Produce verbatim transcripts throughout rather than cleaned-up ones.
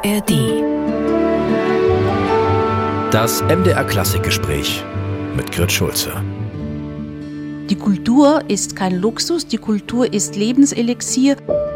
R D. Das M D R-Klassikgespräch mit Grit Schulze. Die Kultur ist kein Luxus, die Kultur ist Lebenselixier.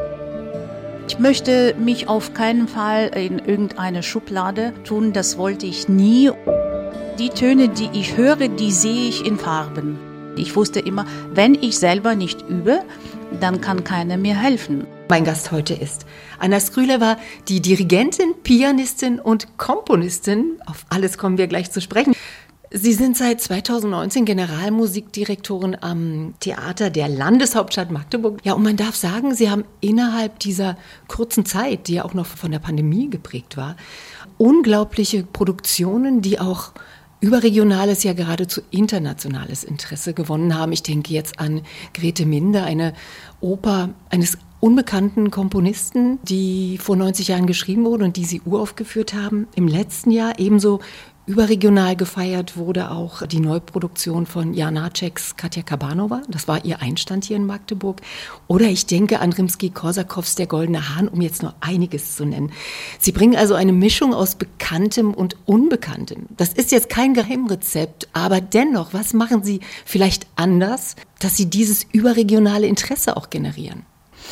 Ich möchte mich auf keinen Fall in irgendeine Schublade tun, das wollte ich nie. Die Töne, die ich höre, die sehe ich in Farben. Ich wusste immer, wenn ich selber nicht übe, dann kann keiner mir helfen. Mein Gast heute ist Anna Skryleva, die Dirigentin, Pianistin und Komponistin. Auf alles kommen wir gleich zu sprechen. Sie sind seit zweitausendneunzehn Generalmusikdirektorin am Theater der Landeshauptstadt Magdeburg. Ja, und man darf sagen, Sie haben innerhalb dieser kurzen Zeit, die ja auch noch von der Pandemie geprägt war, unglaubliche Produktionen, die auch überregionales, ja geradezu internationales Interesse gewonnen haben. Ich denke jetzt an Grete Minde, eine Oper eines unbekannten Komponisten, die vor neunzig Jahren geschrieben wurde und die Sie uraufgeführt haben. Im letzten Jahr ebenso überregional gefeiert wurde auch die Neuproduktion von Janáček's Katja Kabanova. Das war ihr Einstand hier in Magdeburg. Oder ich denke an Rimskij-Korsakows Der goldene Hahn, um jetzt nur einiges zu nennen. Sie bringen also eine Mischung aus Bekanntem und Unbekanntem. Das ist jetzt kein Geheimrezept, aber dennoch, was machen Sie vielleicht anders, dass Sie dieses überregionale Interesse auch generieren?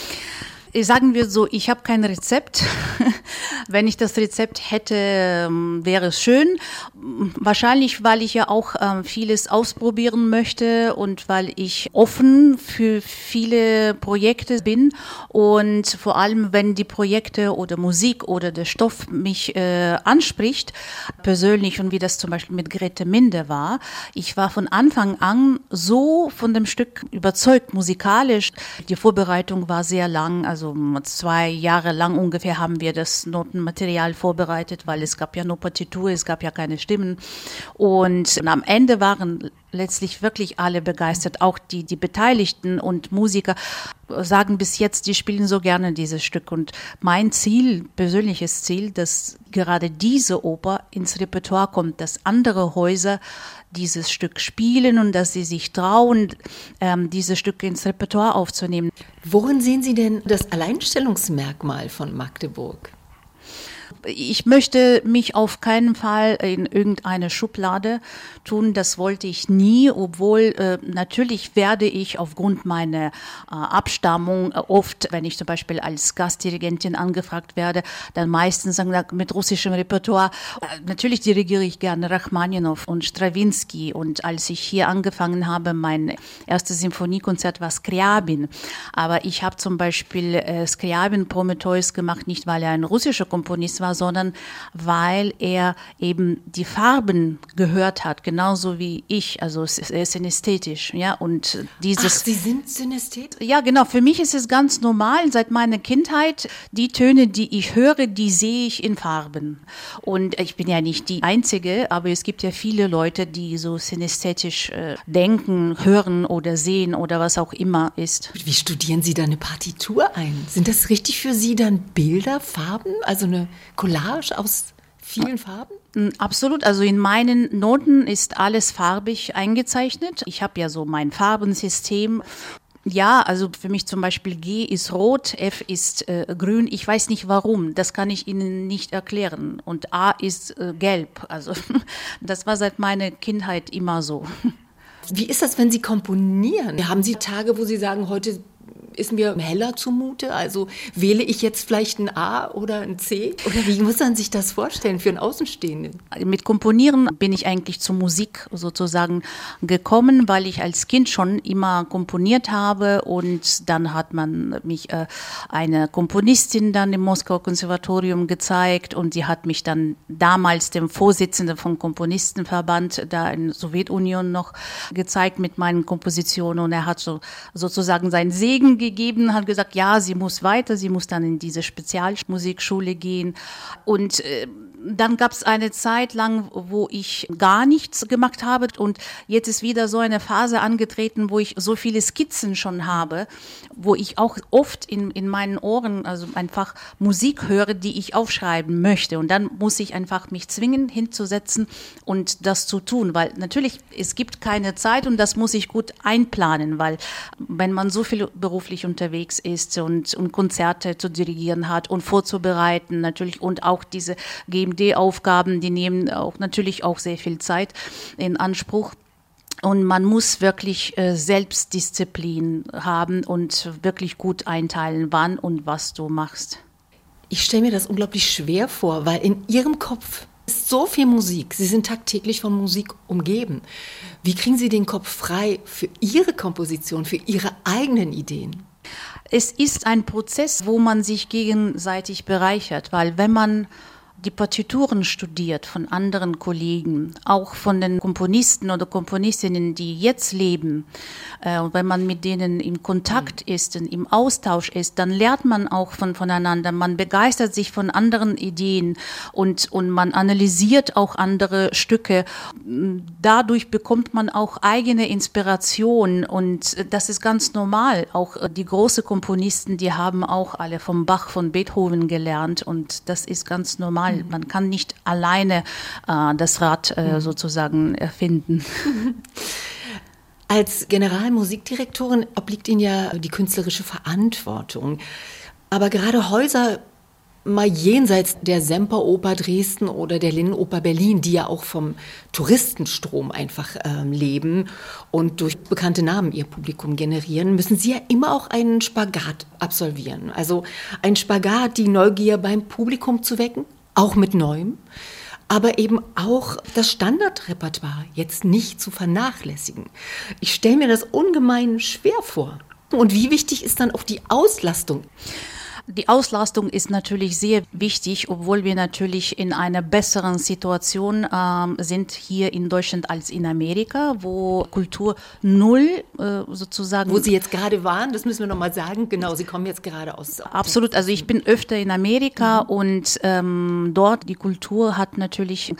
Sagen wir so, ich habe kein Rezept. Wenn ich das Rezept hätte, wäre es schön. Wahrscheinlich, weil ich ja auch äh, vieles ausprobieren möchte und weil ich offen für viele Projekte bin. Und vor allem, wenn die Projekte oder Musik oder der Stoff mich äh, anspricht, persönlich, und wie das zum Beispiel mit Grete Minde war. Ich war von Anfang an so von dem Stück überzeugt, musikalisch. Die Vorbereitung war sehr lang, also Also zwei Jahre lang ungefähr haben wir das Notenmaterial vorbereitet, weil es gab ja nur Partitur, es gab ja keine Stimmen. Und am Ende waren letztlich wirklich alle begeistert, auch die, die Beteiligten und Musiker sagen bis jetzt, die spielen so gerne dieses Stück. Und mein Ziel, persönliches Ziel, dass gerade diese Oper ins Repertoire kommt, dass andere Häuser dieses Stück spielen und dass sie sich trauen, ähm, diese Stücke ins Repertoire aufzunehmen. Worin sehen Sie denn das Alleinstellungsmerkmal von Magdeburg? Ich möchte mich auf keinen Fall in irgendeine Schublade tun, das wollte ich nie, obwohl äh, natürlich werde ich aufgrund meiner äh, Abstammung äh, oft, wenn ich zum Beispiel als Gastdirigentin angefragt werde, dann meistens sagen, mit russischem Repertoire, äh, natürlich dirigiere ich gerne Rachmaninow und Strawinsky, und als ich hier angefangen habe, mein erstes Symphoniekonzert war Skryabin, aber ich habe zum Beispiel äh, Skryabin Prometheus gemacht, nicht weil er ein russischer Komponist war, sondern weil er eben die Farben gehört hat, genauso wie ich, also es ist, er ist synästhetisch, ja, und dieses... Ach, Sie sind Synästhet? Ja, genau, für mich ist es ganz normal, seit meiner Kindheit, die Töne, die ich höre, die sehe ich in Farben. Und ich bin ja nicht die Einzige, aber es gibt ja viele Leute, die so synästhetisch äh, denken, hören oder sehen oder was auch immer ist. Wie studieren Sie da eine Partitur ein? Sind das richtig für Sie dann Bilder, Farben, also eine Collage aus vielen Farben? Absolut, also in meinen Noten ist alles farbig eingezeichnet. Ich habe ja so mein Farbensystem. Ja, also für mich zum Beispiel G ist rot, F ist äh, grün. Ich weiß nicht warum, das kann ich Ihnen nicht erklären. Und A ist äh, gelb. Also das war seit meiner Kindheit immer so. Wie ist das, wenn Sie komponieren? Haben Sie Tage, wo Sie sagen, heute ist mir heller zumute? Also wähle ich jetzt vielleicht ein A oder ein C? Oder wie muss man sich das vorstellen für einen Außenstehenden? Mit Komponieren bin ich eigentlich zur Musik sozusagen gekommen, weil ich als Kind schon immer komponiert habe, und dann hat man mich äh, eine Komponistin dann im Moskauer Konservatorium gezeigt, und sie hat mich dann damals dem Vorsitzenden vom Komponistenverband da in der Sowjetunion noch gezeigt mit meinen Kompositionen, und er hat so sozusagen seinen Segen gegeben, hat gesagt, ja, sie muss weiter, sie muss dann in diese Spezialmusikschule gehen, und äh, Dann gab es eine Zeit lang, wo ich gar nichts gemacht habe und jetzt ist wieder so eine Phase angetreten, wo ich so viele Skizzen schon habe, wo ich auch oft in, in meinen Ohren also einfach Musik höre, die ich aufschreiben möchte und dann muss ich einfach mich zwingen hinzusetzen und das zu tun, weil natürlich es gibt keine Zeit und das muss ich gut einplanen, weil wenn man so viel beruflich unterwegs ist und, und Konzerte zu dirigieren hat und vorzubereiten natürlich und auch diese G M D-Aufgaben, die nehmen auch natürlich auch sehr viel Zeit in Anspruch. Und man muss wirklich äh, Selbstdisziplin haben und wirklich gut einteilen, wann und was du machst. Ich stelle mir das unglaublich schwer vor, weil in Ihrem Kopf ist so viel Musik. Sie sind tagtäglich von Musik umgeben. Wie kriegen Sie den Kopf frei für Ihre Komposition, für Ihre eigenen Ideen? Es ist ein Prozess, wo man sich gegenseitig bereichert, weil wenn man die Partituren studiert von anderen Kollegen, auch von den Komponisten oder Komponistinnen, die jetzt leben, äh, wenn man mit denen im Kontakt ist und im Austausch ist, dann lernt man auch von, voneinander, man begeistert sich von anderen Ideen und, und man analysiert auch andere Stücke. Dadurch bekommt man auch eigene Inspiration und das ist ganz normal. Auch die großen Komponisten, die haben auch alle vom Bach, von Beethoven gelernt und das ist ganz normal. Man kann nicht alleine äh, das Rad äh, sozusagen erfinden. Als Generalmusikdirektorin obliegt Ihnen ja die künstlerische Verantwortung. Aber gerade Häuser mal jenseits der Semperoper Dresden oder der Linnenoper Berlin, die ja auch vom Touristenstrom einfach äh, leben und durch bekannte Namen ihr Publikum generieren, müssen sie ja immer auch einen Spagat absolvieren. Also ein Spagat, die Neugier beim Publikum zu wecken, auch mit Neuem, aber eben auch das Standardrepertoire jetzt nicht zu vernachlässigen. Ich stelle mir das ungemein schwer vor. Und wie wichtig ist dann auch die Auslastung? Die Auslastung ist natürlich sehr wichtig, obwohl wir natürlich in einer besseren Situation ähm, sind hier in Deutschland als in Amerika, wo Kultur null äh, sozusagen... Wo Sie jetzt gerade waren, das müssen wir nochmal sagen. Genau, Sie kommen jetzt gerade aus... Absolut, also ich bin öfter in Amerika mhm. und ähm, dort die Kultur hat natürlich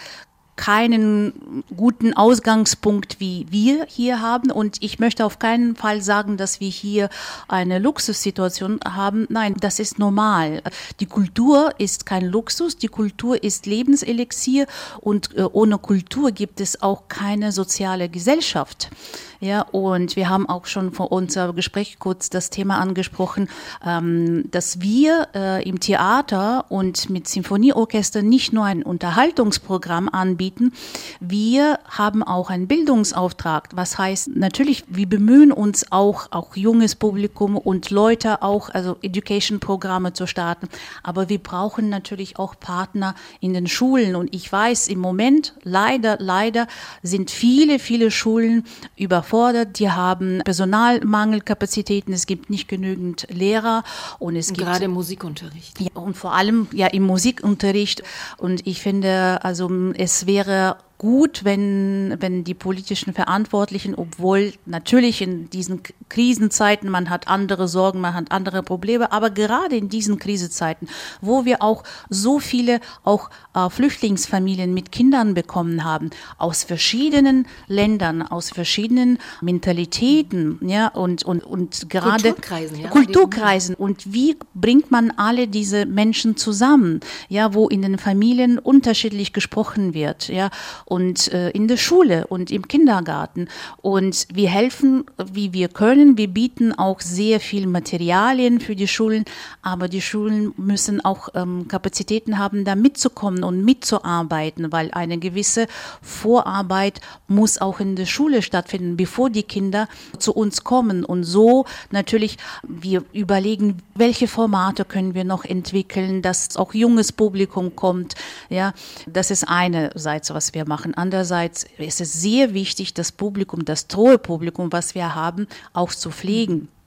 keinen guten Ausgangspunkt, wie wir hier haben. Und ich möchte auf keinen Fall sagen, dass wir hier eine Luxussituation haben. Nein, das ist normal. Die Kultur ist kein Luxus, die Kultur ist Lebenselixier und äh, ohne Kultur gibt es auch keine soziale Gesellschaft. Ja, und wir haben auch schon vor unserem Gespräch kurz das Thema angesprochen, ähm, dass wir äh, im Theater und mit Sinfonieorchester nicht nur ein Unterhaltungsprogramm anbieten, wir haben auch einen Bildungsauftrag. Was heißt, natürlich, wir bemühen uns auch, auch junges Publikum und Leute auch, also Education-Programme zu starten. Aber wir brauchen natürlich auch Partner in den Schulen. Und ich weiß, im Moment, leider, leider sind viele, viele Schulen überfordert. Die haben Personalmangelkapazitäten, es gibt nicht genügend Lehrer und es und gibt gerade im Musikunterricht. Ja, und vor allem ja im Musikunterricht. Und ich finde, also es wäre gut, wenn, wenn die politischen Verantwortlichen, obwohl natürlich in diesen Krisenzeiten, man hat andere Sorgen, man hat andere Probleme, aber gerade in diesen Krisenzeiten, wo wir auch so viele auch äh, Flüchtlingsfamilien mit Kindern bekommen haben, aus verschiedenen Ländern, aus verschiedenen Mentalitäten, ja, und, und, und gerade Kulturkreisen, ja. Kulturkreisen. Und wie bringt man alle diese Menschen zusammen, ja, wo in den Familien unterschiedlich gesprochen wird, ja, und äh, in der Schule und im Kindergarten. Und wir helfen, wie wir können. Wir bieten auch sehr viel Materialien für die Schulen, aber die Schulen müssen auch ähm, Kapazitäten haben, da mitzukommen und mitzuarbeiten, weil eine gewisse Vorarbeit muss auch in der Schule stattfinden, bevor die Kinder zu uns kommen. Und so natürlich, wir überlegen, welche Formate können wir noch entwickeln, dass auch junges Publikum kommt. Ja, das ist einerseits, was wir machen. Andererseits ist es sehr wichtig, das Publikum, das treue Publikum, was wir haben, auch zu pflegen.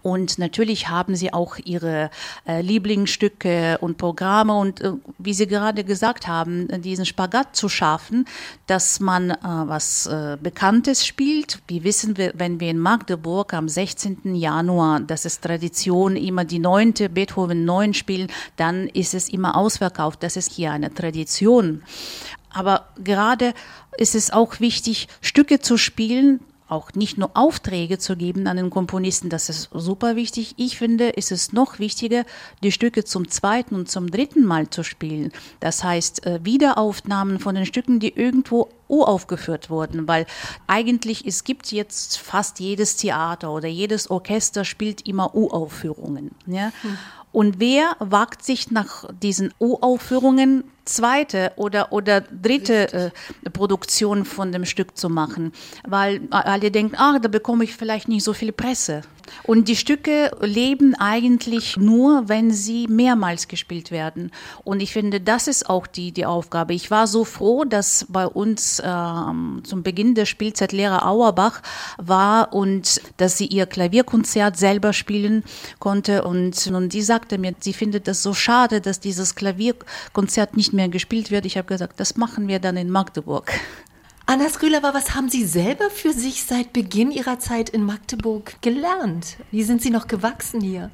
Und natürlich haben sie auch ihre äh, Lieblingsstücke und Programme und äh, wie Sie gerade gesagt haben, diesen Spagat zu schaffen, dass man äh, was äh, Bekanntes spielt. Wie wissen wir, wenn wir in Magdeburg am sechzehnten Januar, das ist Tradition, immer die neunte Beethoven neun spielen, dann ist es immer ausverkauft. Das ist hier eine Tradition. Aber gerade ist es auch wichtig, Stücke zu spielen, auch nicht nur Aufträge zu geben an den Komponisten, das ist super wichtig. Ich finde, ist es noch wichtiger, die Stücke zum zweiten und zum dritten Mal zu spielen. Das heißt, Wiederaufnahmen von den Stücken, die irgendwo uraufgeführt wurden, weil eigentlich es gibt jetzt fast jedes Theater oder jedes Orchester spielt immer Uraufführungen. Ja? Hm. Und wer wagt sich nach diesen Uraufführungen zweite oder, oder dritte äh, Produktion von dem Stück zu machen? Weil alle denken, ach, da bekomme ich vielleicht nicht so viel Presse. Und die Stücke leben eigentlich nur, wenn sie mehrmals gespielt werden. Und ich finde, das ist auch die, die Aufgabe. Ich war so froh, dass bei uns ähm, zum Beginn der Spielzeit Lehrer Auerbach war und dass sie ihr Klavierkonzert selber spielen konnte. Und, und die sagte mir, sie findet das so schade, dass dieses Klavierkonzert nicht mehr gespielt wird. Ich habe gesagt, das machen wir dann in Magdeburg. Anna Skrylova, was haben Sie selber für sich seit Beginn Ihrer Zeit in Magdeburg gelernt? Wie sind Sie noch gewachsen hier?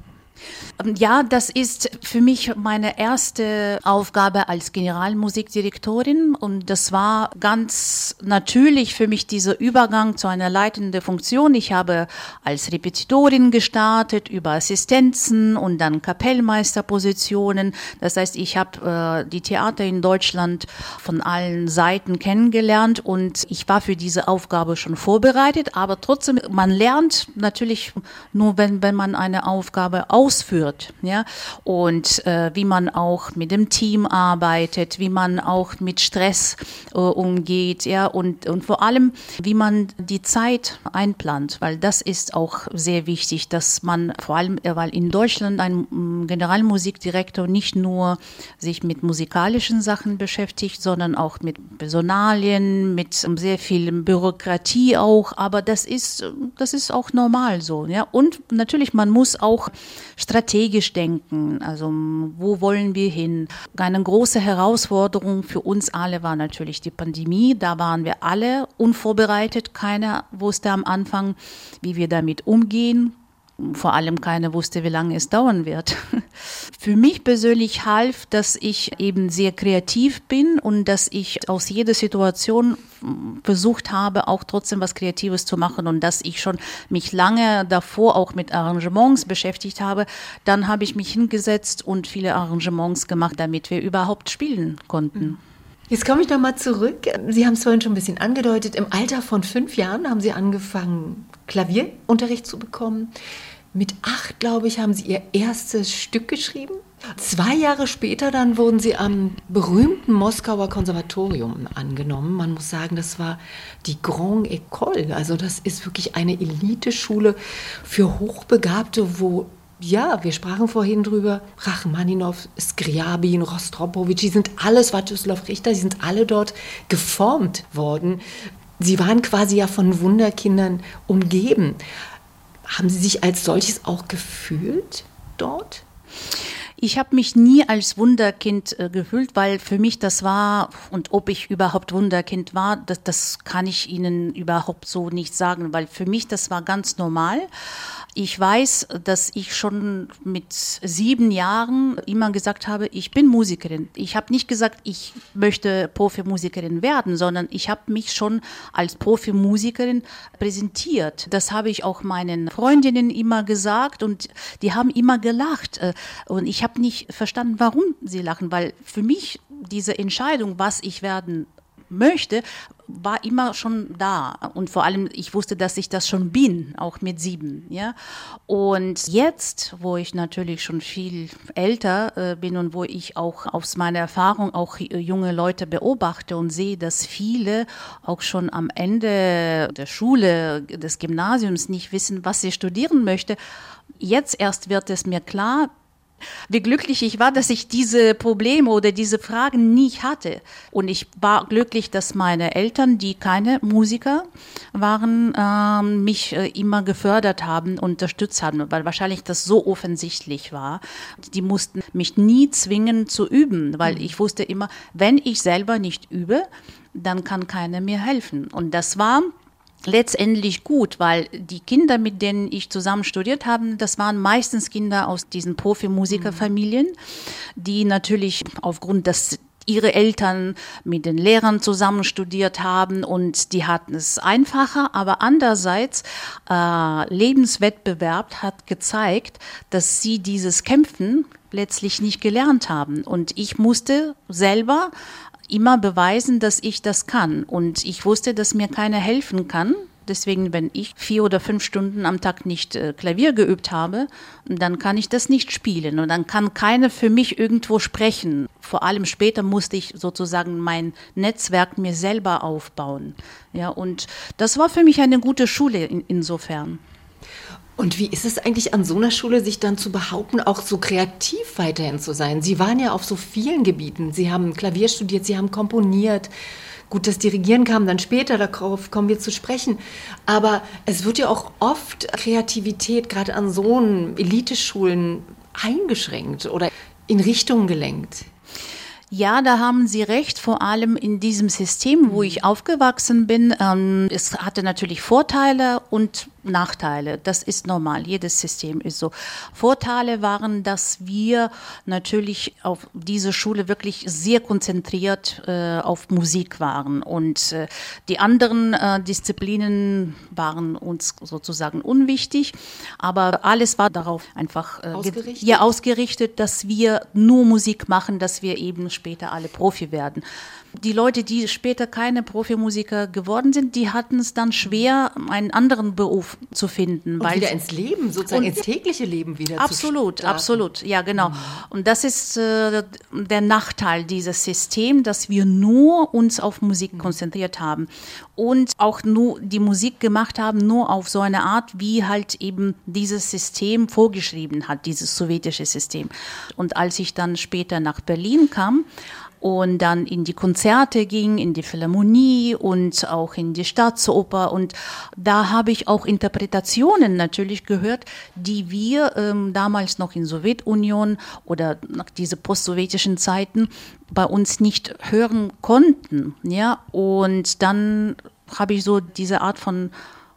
Ja, das ist für mich meine erste Aufgabe als Generalmusikdirektorin und das war ganz natürlich für mich dieser Übergang zu einer leitenden Funktion. Ich habe als Repetitorin gestartet über Assistenzen und dann Kapellmeisterpositionen. Das heißt, ich habe äh, die Theater in Deutschland von allen Seiten kennengelernt und ich war für diese Aufgabe schon vorbereitet, aber trotzdem, man lernt natürlich nur, wenn, wenn man eine Aufgabe aus ausführt, ja, und äh, wie man auch mit dem Team arbeitet, wie man auch mit Stress äh, umgeht, ja, und, und vor allem, wie man die Zeit einplant, weil das ist auch sehr wichtig, dass man vor allem, weil in Deutschland ein Generalmusikdirektor nicht nur sich mit musikalischen Sachen beschäftigt, sondern auch mit Personalien, mit sehr viel Bürokratie auch, aber das ist, das ist auch normal so, ja, und natürlich, man muss auch strategisch denken, also wo wollen wir hin? Eine große Herausforderung für uns alle war natürlich die Pandemie. Da waren wir alle unvorbereitet. Keiner wusste am Anfang, wie wir damit umgehen. Vor allem keiner wusste, wie lange es dauern wird. Für mich persönlich half, dass ich eben sehr kreativ bin und dass ich aus jeder Situation versucht habe, auch trotzdem was Kreatives zu machen und dass ich schon mich lange davor auch mit Arrangements beschäftigt habe. Dann habe ich mich hingesetzt und viele Arrangements gemacht, damit wir überhaupt spielen konnten. Jetzt komme ich nochmal zurück. Sie haben es vorhin schon ein bisschen angedeutet. Im Alter von fünf Jahren haben Sie angefangen, Klavierunterricht zu bekommen. Mit acht, glaube ich, haben Sie Ihr erstes Stück geschrieben. Zwei Jahre später dann wurden Sie am berühmten Moskauer Konservatorium angenommen. Man muss sagen, das war die Grande École. Also das ist wirklich eine Eliteschule für Hochbegabte, wo, ja, wir sprachen vorhin drüber, Rachmaninow, Scriabin, Rostropovich, die sind alle, Svatoslav Richter, die sind alle dort geformt worden. Sie waren quasi ja von Wunderkindern umgeben. Haben Sie sich als solches auch gefühlt dort? Ich habe mich nie als Wunderkind äh, gefühlt, weil für mich das war, und ob ich überhaupt Wunderkind war, das, das kann ich Ihnen überhaupt so nicht sagen, weil für mich das war ganz normal. Ich weiß, dass ich schon mit sieben Jahren immer gesagt habe, ich bin Musikerin. Ich habe nicht gesagt, ich möchte Profimusikerin werden, sondern ich habe mich schon als Profimusikerin präsentiert. Das habe ich auch meinen Freundinnen immer gesagt und die haben immer gelacht. Und ich habe nicht verstanden, warum sie lachen, weil für mich diese Entscheidung, was ich werden möchte, war immer schon da. Und vor allem, ich wusste, dass ich das schon bin, auch mit sieben. Ja? Und jetzt, wo ich natürlich schon viel älter äh, bin und wo ich auch aus meiner Erfahrung auch junge Leute beobachte und sehe, dass viele auch schon am Ende der Schule, des Gymnasiums nicht wissen, was sie studieren möchte, jetzt erst wird es mir klar, wie glücklich ich war, dass ich diese Probleme oder diese Fragen nie hatte. Und ich war glücklich, dass meine Eltern, die keine Musiker waren, äh, mich äh, immer gefördert haben, unterstützt haben, weil wahrscheinlich das so offensichtlich war. Die mussten mich nie zwingen zu üben, weil ich wusste immer, wenn ich selber nicht übe, dann kann keiner mir helfen. Und das war letztendlich gut, weil die Kinder, mit denen ich zusammen studiert habe, das waren meistens Kinder aus diesen Profimusikerfamilien, die natürlich aufgrund des ihre Eltern mit den Lehrern zusammen studiert haben und die hatten es einfacher, aber andererseits äh, Lebenswettbewerb hat gezeigt, dass sie dieses Kämpfen letztlich nicht gelernt haben und ich musste selber immer beweisen, dass ich das kann. Und ich wusste, dass mir keiner helfen kann. Deswegen, wenn ich vier oder fünf Stunden am Tag nicht äh, Klavier geübt habe, dann kann ich das nicht spielen. Und dann kann keiner für mich irgendwo sprechen. Vor allem später musste ich sozusagen mein Netzwerk mir selber aufbauen. Ja, und das war für mich eine gute Schule in, insofern. Und wie ist es eigentlich an so einer Schule, sich dann zu behaupten, auch so kreativ weiterhin zu sein? Sie waren ja auf so vielen Gebieten. Sie haben Klavier studiert, Sie haben komponiert. Gut, das Dirigieren kam dann später, darauf kommen wir zu sprechen. Aber es wird ja auch oft Kreativität, gerade an so Eliteschulen, eingeschränkt oder in Richtungen gelenkt. Ja, da haben Sie recht, vor allem in diesem System, wo ich aufgewachsen bin. Ähm, es hatte natürlich Vorteile und Nachteile. Das ist normal, jedes System ist so. Vorteile waren, dass wir natürlich auf diese Schule wirklich sehr konzentriert äh, auf Musik waren und äh, die anderen äh, Disziplinen waren uns sozusagen unwichtig, aber alles war darauf einfach äh, ausgerichtet? Ja, ausgerichtet, dass wir nur Musik machen, dass wir eben später alle Profi werden. Die Leute, die später keine Profimusiker geworden sind, die hatten es dann schwer, einen anderen Beruf zu finden. Und weil wieder ins Leben, sozusagen ins tägliche Leben wieder absolut, zu starten. Absolut, ja genau. Mhm. Und das ist äh, der Nachteil dieses Systems, dass wir nur uns auf Musik mhm. konzentriert haben und auch nur die Musik gemacht haben, nur auf so eine Art, wie halt eben dieses System vorgeschrieben hat, dieses sowjetische System. Und als ich dann später nach Berlin kam, und dann in die Konzerte ging, in die Philharmonie und auch in die Staatsoper. Und da habe ich auch Interpretationen natürlich gehört, die wir ähm, damals noch in Sowjetunion oder nach diesen post-sowjetischen Zeiten bei uns nicht hören konnten. Ja? Und dann habe ich so diese Art von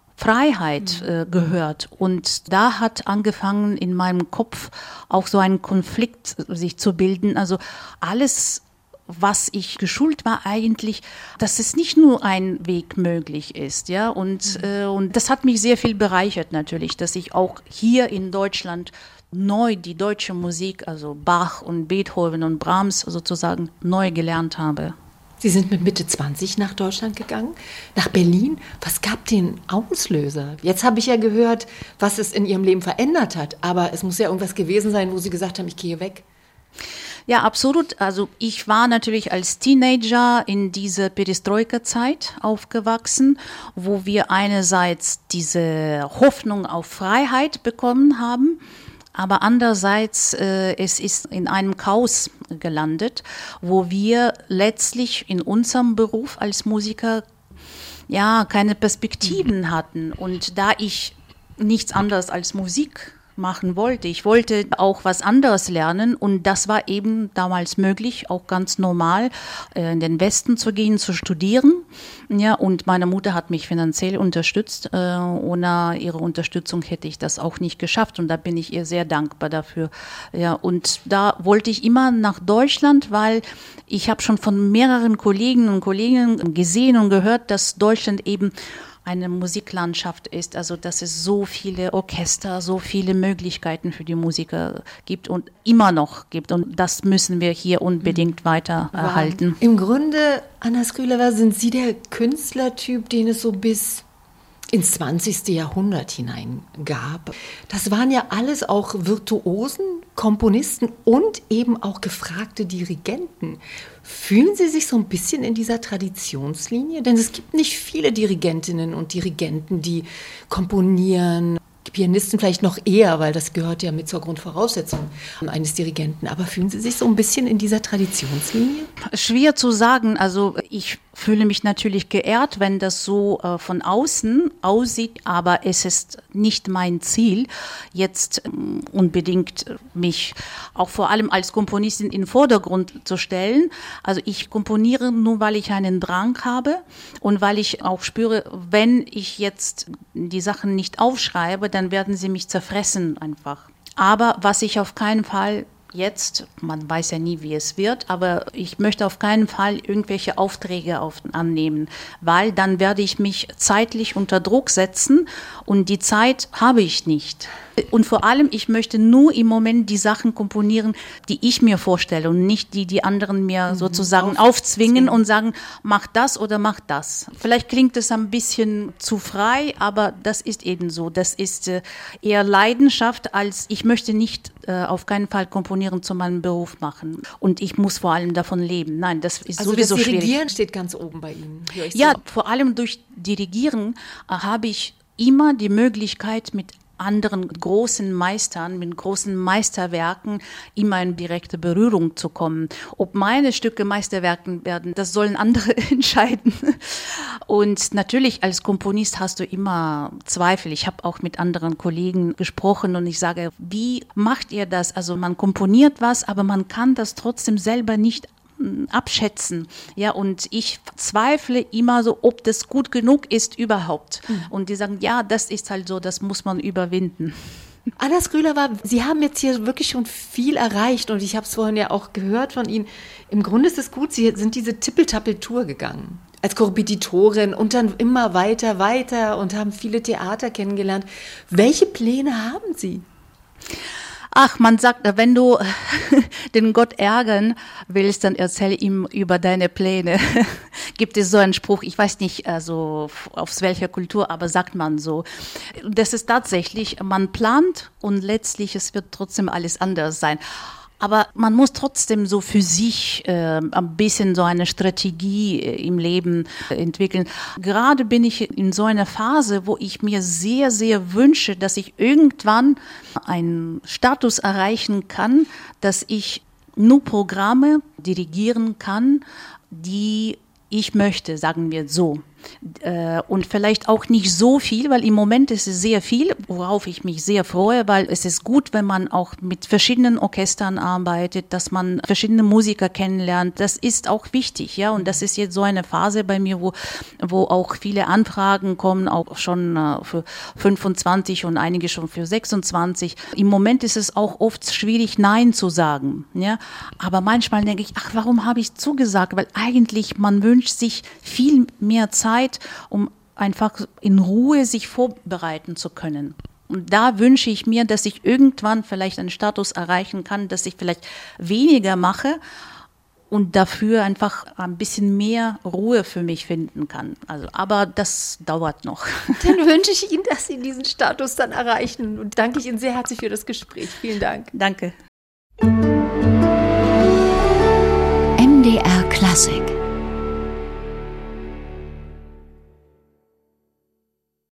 Freiheit äh, gehört. Und da hat angefangen in meinem Kopf auch so ein Konflikt sich zu bilden. Also alles, was ich geschult war eigentlich, dass es nicht nur ein Weg möglich ist, ja, und, mhm. äh, und das hat mich sehr viel bereichert natürlich, dass ich auch hier in Deutschland neu die deutsche Musik, also Bach und Beethoven und Brahms sozusagen neu gelernt habe. Sie sind mit Mitte zwanzig nach Deutschland gegangen, nach Berlin. Was gab den Auslöser? Jetzt habe ich ja gehört, was es in Ihrem Leben verändert hat, aber es muss ja irgendwas gewesen sein, wo Sie gesagt haben, ich gehe weg. Ja, absolut. Also ich war natürlich als Teenager in dieser Perestroika-Zeit aufgewachsen, wo wir einerseits diese Hoffnung auf Freiheit bekommen haben, aber andererseits äh, es ist in einem Chaos gelandet, wo wir letztlich in unserem Beruf als Musiker ja keine Perspektiven hatten. Und da ich nichts anderes als Musik machen wollte. Ich wollte auch was anderes lernen und das war eben damals möglich, auch ganz normal, in den Westen zu gehen, zu studieren. Ja, und meine Mutter hat mich finanziell unterstützt. Ohne ihre Unterstützung hätte ich das auch nicht geschafft und da bin ich ihr sehr dankbar dafür. Ja, und da wollte ich immer nach Deutschland, weil ich habe schon von mehreren Kollegen und Kolleginnen gesehen und gehört, dass Deutschland eben eine Musiklandschaft ist, also dass es so viele Orchester, so viele Möglichkeiten für die Musiker gibt und immer noch gibt. Und das müssen wir hier unbedingt weiter erhalten. Im Grunde, Anna Skryleva, sind Sie der Künstlertyp, den es so bis ins zwanzigste Jahrhundert hinein gab. Das waren ja alles auch Virtuosen, Komponisten und eben auch gefragte Dirigenten. Fühlen Sie sich so ein bisschen in dieser Traditionslinie? Denn es gibt nicht viele Dirigentinnen und Dirigenten, die komponieren. Pianisten vielleicht noch eher, weil das gehört ja mit zur Grundvoraussetzung eines Dirigenten. Aber fühlen Sie sich so ein bisschen in dieser Traditionslinie? Schwer zu sagen. Also ich fühle mich natürlich geehrt, wenn das so äh, von außen aussieht, aber es ist nicht mein Ziel, jetzt ähm, unbedingt mich auch vor allem als Komponistin in den Vordergrund zu stellen. Also ich komponiere nur, weil ich einen Drang habe und weil ich auch spüre, wenn ich jetzt die Sachen nicht aufschreibe, dann werden sie mich zerfressen einfach. Aber was ich auf keinen Fall jetzt, man weiß ja nie, wie es wird, aber ich möchte auf keinen Fall irgendwelche Aufträge auf, annehmen, weil dann werde ich mich zeitlich unter Druck setzen und die Zeit habe ich nicht. Und vor allem, ich möchte nur im Moment die Sachen komponieren, die ich mir vorstelle und nicht die, die anderen mir mhm, sozusagen aufzwingen und sagen, mach das oder mach das. Vielleicht klingt es ein bisschen zu frei, aber das ist eben so. Das ist äh, eher Leidenschaft, als ich möchte nicht äh, auf keinen Fall komponieren zu meinem Beruf machen. Und ich muss vor allem davon leben. Nein, das ist also sowieso das schwierig. Dirigieren steht ganz oben bei Ihnen. Ja, so. Vor allem durch Dirigieren äh, habe ich immer die Möglichkeit, mit anderen großen Meistern, mit großen Meisterwerken immer in direkte Berührung zu kommen. Ob meine Stücke Meisterwerken werden, das sollen andere entscheiden. Und natürlich als Komponist hast du immer Zweifel. Ich habe auch mit anderen Kollegen gesprochen und ich sage, wie macht ihr das? Also man komponiert was, aber man kann das trotzdem selber nicht abschätzen. Ja, und ich zweifle immer so, ob das gut genug ist überhaupt. Mhm. Und die sagen, ja, das ist halt so, das muss man überwinden. Anna Skrylova, Sie haben jetzt hier wirklich schon viel erreicht und ich habe es vorhin ja auch gehört von Ihnen. Im Grunde ist es gut, Sie sind diese Tippeltappel-Tour gegangen als Korrepetitorin und dann immer weiter, weiter und haben viele Theater kennengelernt. Welche Pläne haben Sie? Ach, man sagt, wenn du den Gott ärgern willst, dann erzähl ihm über deine Pläne. Gibt es so einen Spruch, ich weiß nicht, also aus welcher Kultur, aber sagt man so. Das ist tatsächlich, man plant und letztlich, es wird trotzdem alles anders sein. Aber man muss trotzdem so für sich äh, ein bisschen so eine Strategie äh, im Leben äh, entwickeln. Gerade bin ich in so einer Phase, wo ich mir sehr, sehr wünsche, dass ich irgendwann einen Status erreichen kann, dass ich nur Programme dirigieren kann, die ich möchte, sagen wir so. Und vielleicht auch nicht so viel, weil im Moment ist es sehr viel, worauf ich mich sehr freue, weil es ist gut, wenn man auch mit verschiedenen Orchestern arbeitet, dass man verschiedene Musiker kennenlernt. Das ist auch wichtig, ja. Und das ist jetzt so eine Phase bei mir, wo, wo auch viele Anfragen kommen, auch schon für fünfundzwanzig und einige schon für sechsundzwanzig. Im Moment ist es auch oft schwierig, Nein zu sagen, ja. Aber manchmal denke ich, ach, warum habe ich zugesagt? Weil eigentlich man wünscht sich viel mehr Zeit, um einfach in Ruhe sich vorbereiten zu können. Und da wünsche ich mir, dass ich irgendwann vielleicht einen Status erreichen kann, dass ich vielleicht weniger mache und dafür einfach ein bisschen mehr Ruhe für mich finden kann. Also, aber das dauert noch. Dann wünsche ich Ihnen, dass Sie diesen Status dann erreichen und danke ich Ihnen sehr herzlich für das Gespräch. Vielen Dank. Danke. M D R Klassik